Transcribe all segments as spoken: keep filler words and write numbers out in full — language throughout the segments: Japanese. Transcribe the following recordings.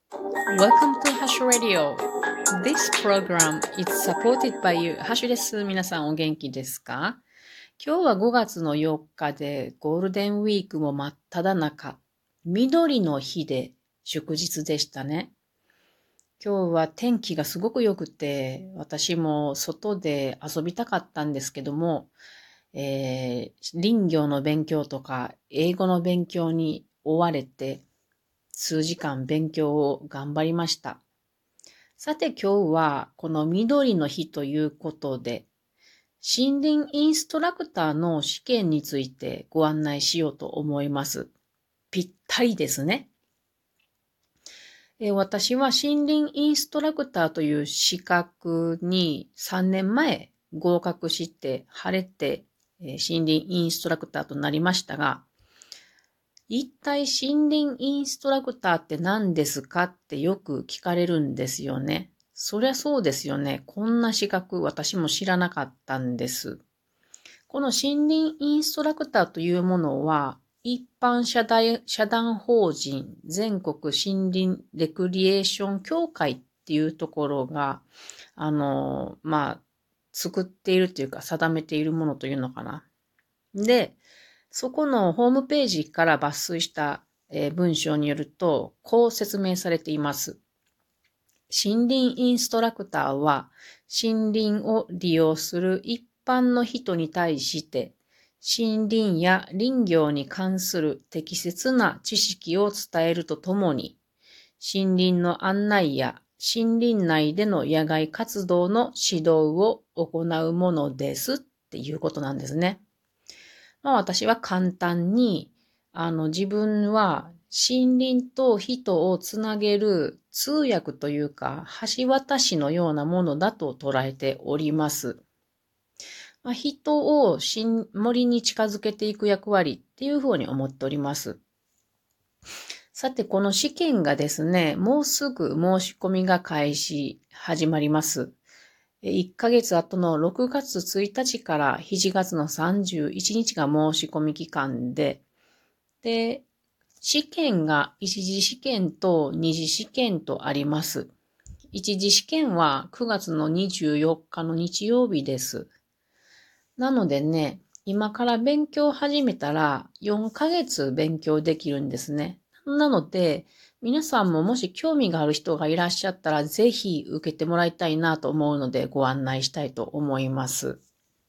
Welcome to Hash Radio. This program is supported by you. ハッシュです。皆さんお元気ですか？今日はごがつのよっかでゴールデンウィークも真っ只中。緑の日で祝日でしたね。今日は天気がすごく良くて、私も外で遊びたかったんですけども、えー、林業の勉強とか英語の勉強に追われて、数時間勉強を頑張りました。さて今日はこの緑の日ということで、森林インストラクターの試験についてご案内しようと思います。ぴったりですね。え私は森林インストラクターという資格にさんねんまえ合格して晴れて森林インストラクターとなりましたが、一体森林インストラクターって何ですかってよく聞かれるんですよね。そりゃそうですよね。こんな資格私も知らなかったんです。この森林インストラクターというものは、一般社団社団法人全国森林レクリエーション協会っていうところが、あの、まあ、作っているというか定めているものというのかな。で、そこのホームページから抜粋した文章によると、こう説明されています。森林インストラクターは、森林を利用する一般の人に対して、森林や林業に関する適切な知識を伝えるとともに、森林の案内や森林内での野外活動の指導を行うものですっていうことなんですね。まあ私は簡単に、あの自分は森林と人をつなげる通訳というか橋渡しのようなものだと捉えております。まあ、人を森に近づけていく役割っていうふうに思っております。さて、この試験がですね、もうすぐ申し込みが開始、始まります。いっかげつごのろくがつついたちからしちがつのさんじゅういちにちが申し込み期間で、で、試験が一次試験と二次試験とあります。一次試験はくがつのにじゅうよっかの日曜日です。なのでね、今から勉強を始めたらよんかげつ勉強できるんですね。なので、皆さんももし興味がある人がいらっしゃったら、ぜひ受けてもらいたいなと思うのでご案内したいと思います。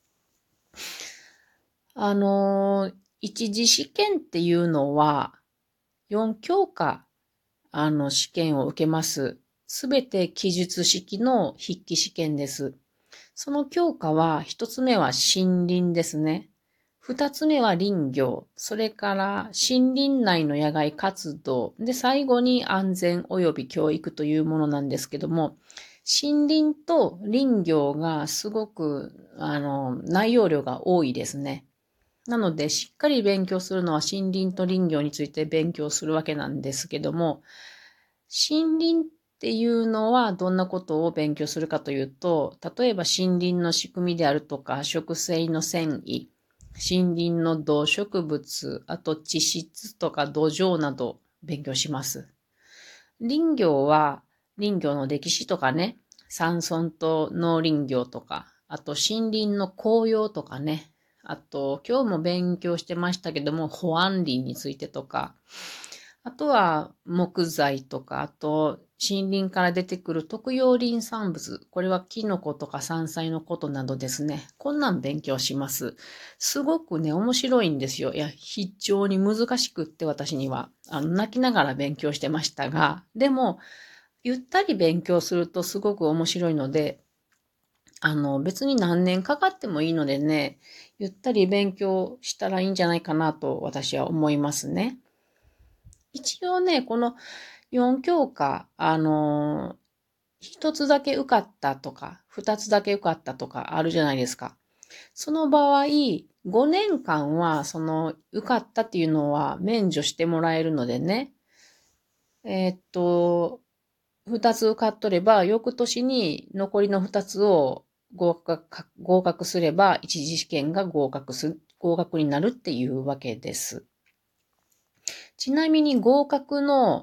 あの、一次試験っていうのは、よんきょうか、あの、試験を受けます。すべて記述式の筆記試験です。その教科は、一つ目は森林ですね。二つ目は林業。それから森林内の野外活動。で、最後に安全及び教育というものなんですけども、森林と林業がすごく、あの、内容量が多いですね。なので、しっかり勉強するのは森林と林業について勉強するわけなんですけども、森林っていうのはどんなことを勉強するかというと、例えば森林の仕組みであるとか、植生の遷移、森林の動植物、あと地質とか土壌など勉強します。林業は林業の歴史とかね、山村と農林業とか、あと森林の紅葉とかね、あと今日も勉強してましたけども、保安林についてとか、あとは木材とか、あと森林から出てくる特用林産物。これはキノコとか山菜のことなどですね。こんなん勉強します。すごくね、面白いんですよ。いや、非常に難しくって私には。あの、泣きながら勉強してましたが、でも、ゆったり勉強するとすごく面白いので、あの、別に何年かかってもいいのでね、ゆったり勉強したらいいんじゃないかなと私は思いますね。一応ね、このよんきょうか、あのー、一つだけ受かったとか、二つだけ受かったとかあるじゃないですか。その場合、ごねんかんは、その、受かったっていうのは免除してもらえるのでね。えーっと、二つ受かっとれば、翌年に残りの二つを合格、合格すれば、一次試験が合格す、合格になるっていうわけです。ちなみに合格の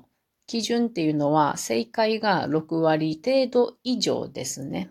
基準っていうのは正解がろくわり程度以上ですね。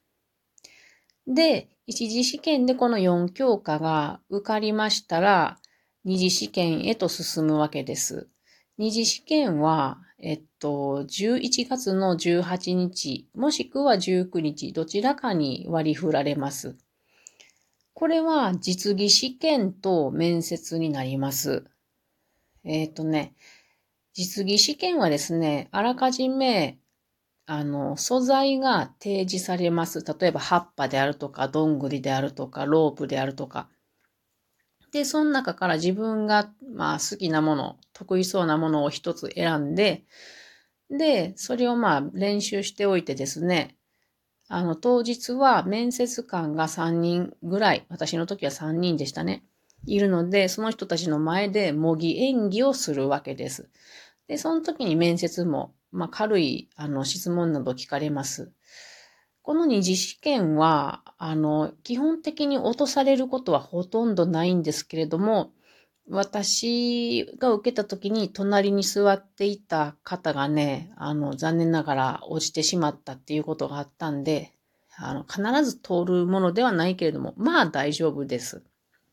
で、一次試験でこのよん教科が受かりましたら、二次試験へと進むわけです。二次試験は、えっと、じゅういちがつのじゅうはちにち、もしくはじゅうくにち、どちらかに割り振られます。これは実技試験と面接になります。えっとね、実技試験はですね、あらかじめあの、素材が提示されます。例えば葉っぱであるとか、どんぐりであるとか、ロープであるとか。で、その中から自分が、まあ、好きなもの、得意そうなものを一つ選んで、で、それをまあ練習しておいてですね、あの、当日は面接官がさんにんぐらい、私の時はさんにんでしたね、いるので、その人たちの前で模擬演技をするわけです。で、その時に面接も、まあ、軽いあの質問など聞かれます。この二次試験は、あの、基本的に落とされることはほとんどないんですけれども、私が受けた時に隣に座っていた方がね、あの、残念ながら落ちてしまったっていうことがあったんで、あの、必ず通るものではないけれども、まあ大丈夫です。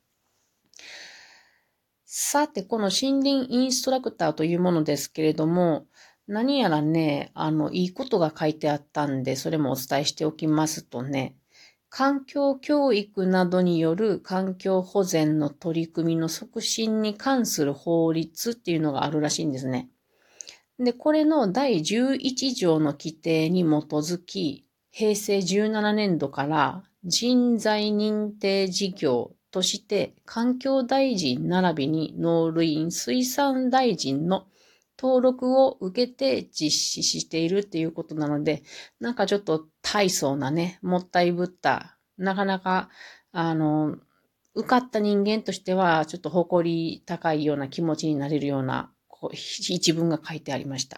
さて、この森林インストラクターというものですけれども、何やらね、あの、いいことが書いてあったんで、それもお伝えしておきますとね、環境教育などによる環境保全の取り組みの促進に関する法律っていうのがあるらしいんですね。で、これのだいじゅういち条の規定に基づき、へいせいじゅうななねんどから人材認定事業として環境大臣並びに農林水産大臣の登録を受けて実施しているっていうことなので、なんかちょっと大層なね、もったいぶった、なかなか、あの、受かった人間としてはちょっと誇り高いような気持ちになれるようなこう一文が書いてありました。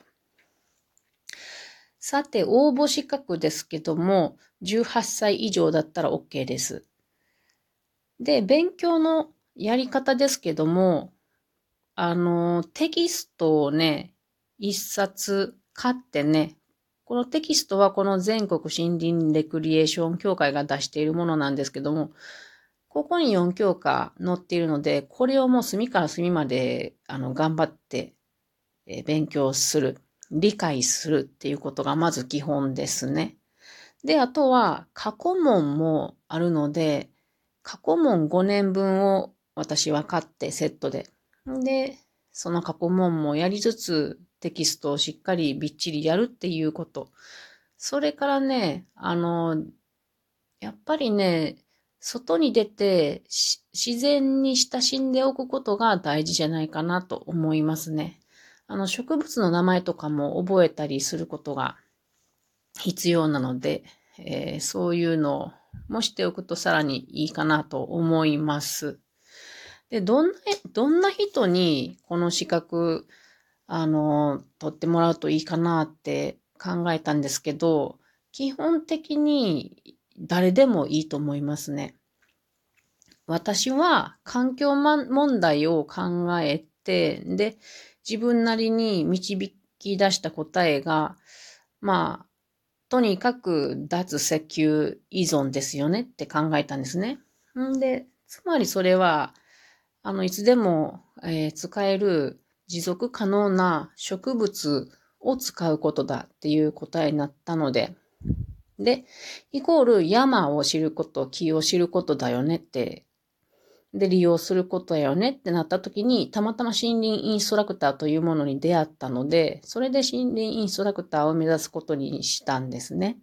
さて、応募資格ですけども、じゅうはっさい以上だったら OK です。で、勉強のやり方ですけども、あの、テキストをね、一冊買ってね、このテキストはこの全国森林レクリエーション協会が出しているものなんですけども、ここによん教科載っているので、これをもう隅から隅まであの頑張って勉強する、理解するっていうことがまず基本ですね。で、あとは過去問もあるので、過去問ごねんぶんを私は買ってセットで。で、その過去問もやりつつテキストをしっかりびっちりやるっていうこと。それからね、あの、やっぱりね、外に出て自然に親しんでおくことが大事じゃないかなと思いますね。あの植物の名前とかも覚えたりすることが必要なので、えー、そういうのもしておくとさらにいいかなと思います。で、どんな、どんな人にこの資格、あの、取ってもらうといいかなって考えたんですけど、基本的に誰でもいいと思いますね。私は環境問題を考えて、で、自分なりに導き出した答えが、まあ、とにかく脱石油依存ですよねって考えたんですね。んで、つまりそれは、あの、いつでも、えー、使える持続可能な植物を使うことだっていう答えになったので、で、イコール山を知ること、木を知ることだよねって、で、利用することだよねってなった時に、たまたま森林インストラクターというものに出会ったので、それで森林インストラクターを目指すことにしたんですね。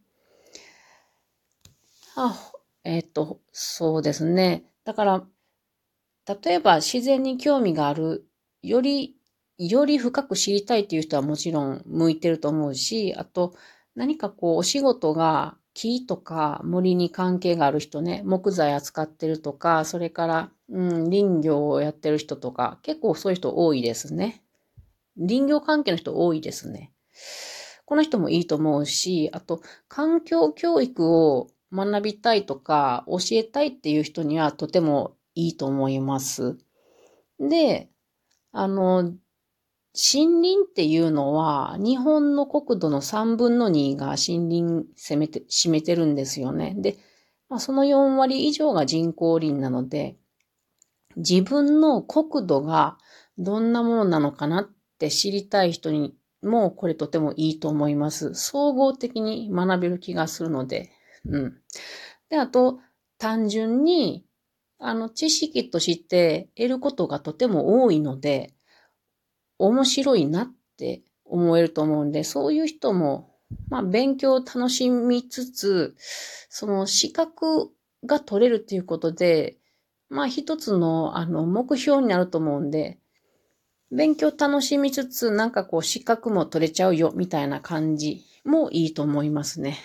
あ、えっと、そうですね。だから、例えば自然に興味がある、より、より深く知りたいっていう人はもちろん向いてると思うし、あと何かこうお仕事が木とか森に関係がある人ね、木材扱ってるとか、それから、うん、林業をやってる人とか、結構そういう人多いですね。林業関係の人多いですね。この人もいいと思うし、あと環境教育を学びたいとか教えたいっていう人にはとてもいいと思います。で、あの、 森林っていうのは、日本の国土のさんぶんのにが森林占めて、占めてるんですよね。で、まあ、そのよんわり以上が人工林なので、自分の国土がどんなものなのかなって知りたい人にもこれとてもいいと思います。総合的に学べる気がするので。うん。で、あと、単純に、あの、知識として得ることがとても多いので、面白いなって思えると思うんで、そういう人も、まあ、勉強を楽しみつつ、その資格が取れるっていうことで、まあ、一つの、あの、目標になると思うんで、勉強楽しみつつ、なんかこう、資格も取れちゃうよ、みたいな感じもいいと思いますね。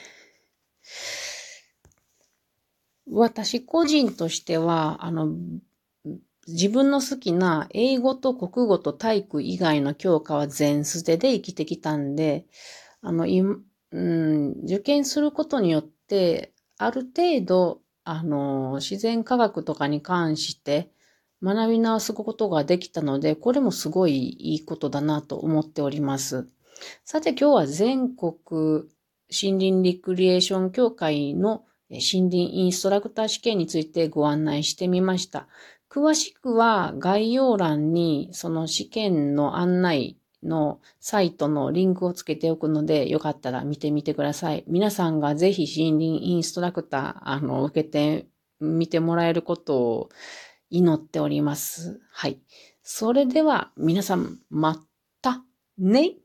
私個人としては、あの、自分の好きな英語と国語と体育以外の教科は全捨てで生きてきたんで、あの、いうん、受験することによって、ある程度、あの、自然科学とかに関して学び直すことができたので、これもすごいいいことだなと思っております。さて今日は全国森林リクリエーション協会の森林インストラクター試験についてご案内してみました。詳しくは概要欄にその試験の案内のサイトのリンクをつけておくので、よかったら見てみてください。皆さんがぜひ森林インストラクター、あの、受けてみてもらえることを祈っております。はい。それでは皆さん、またね。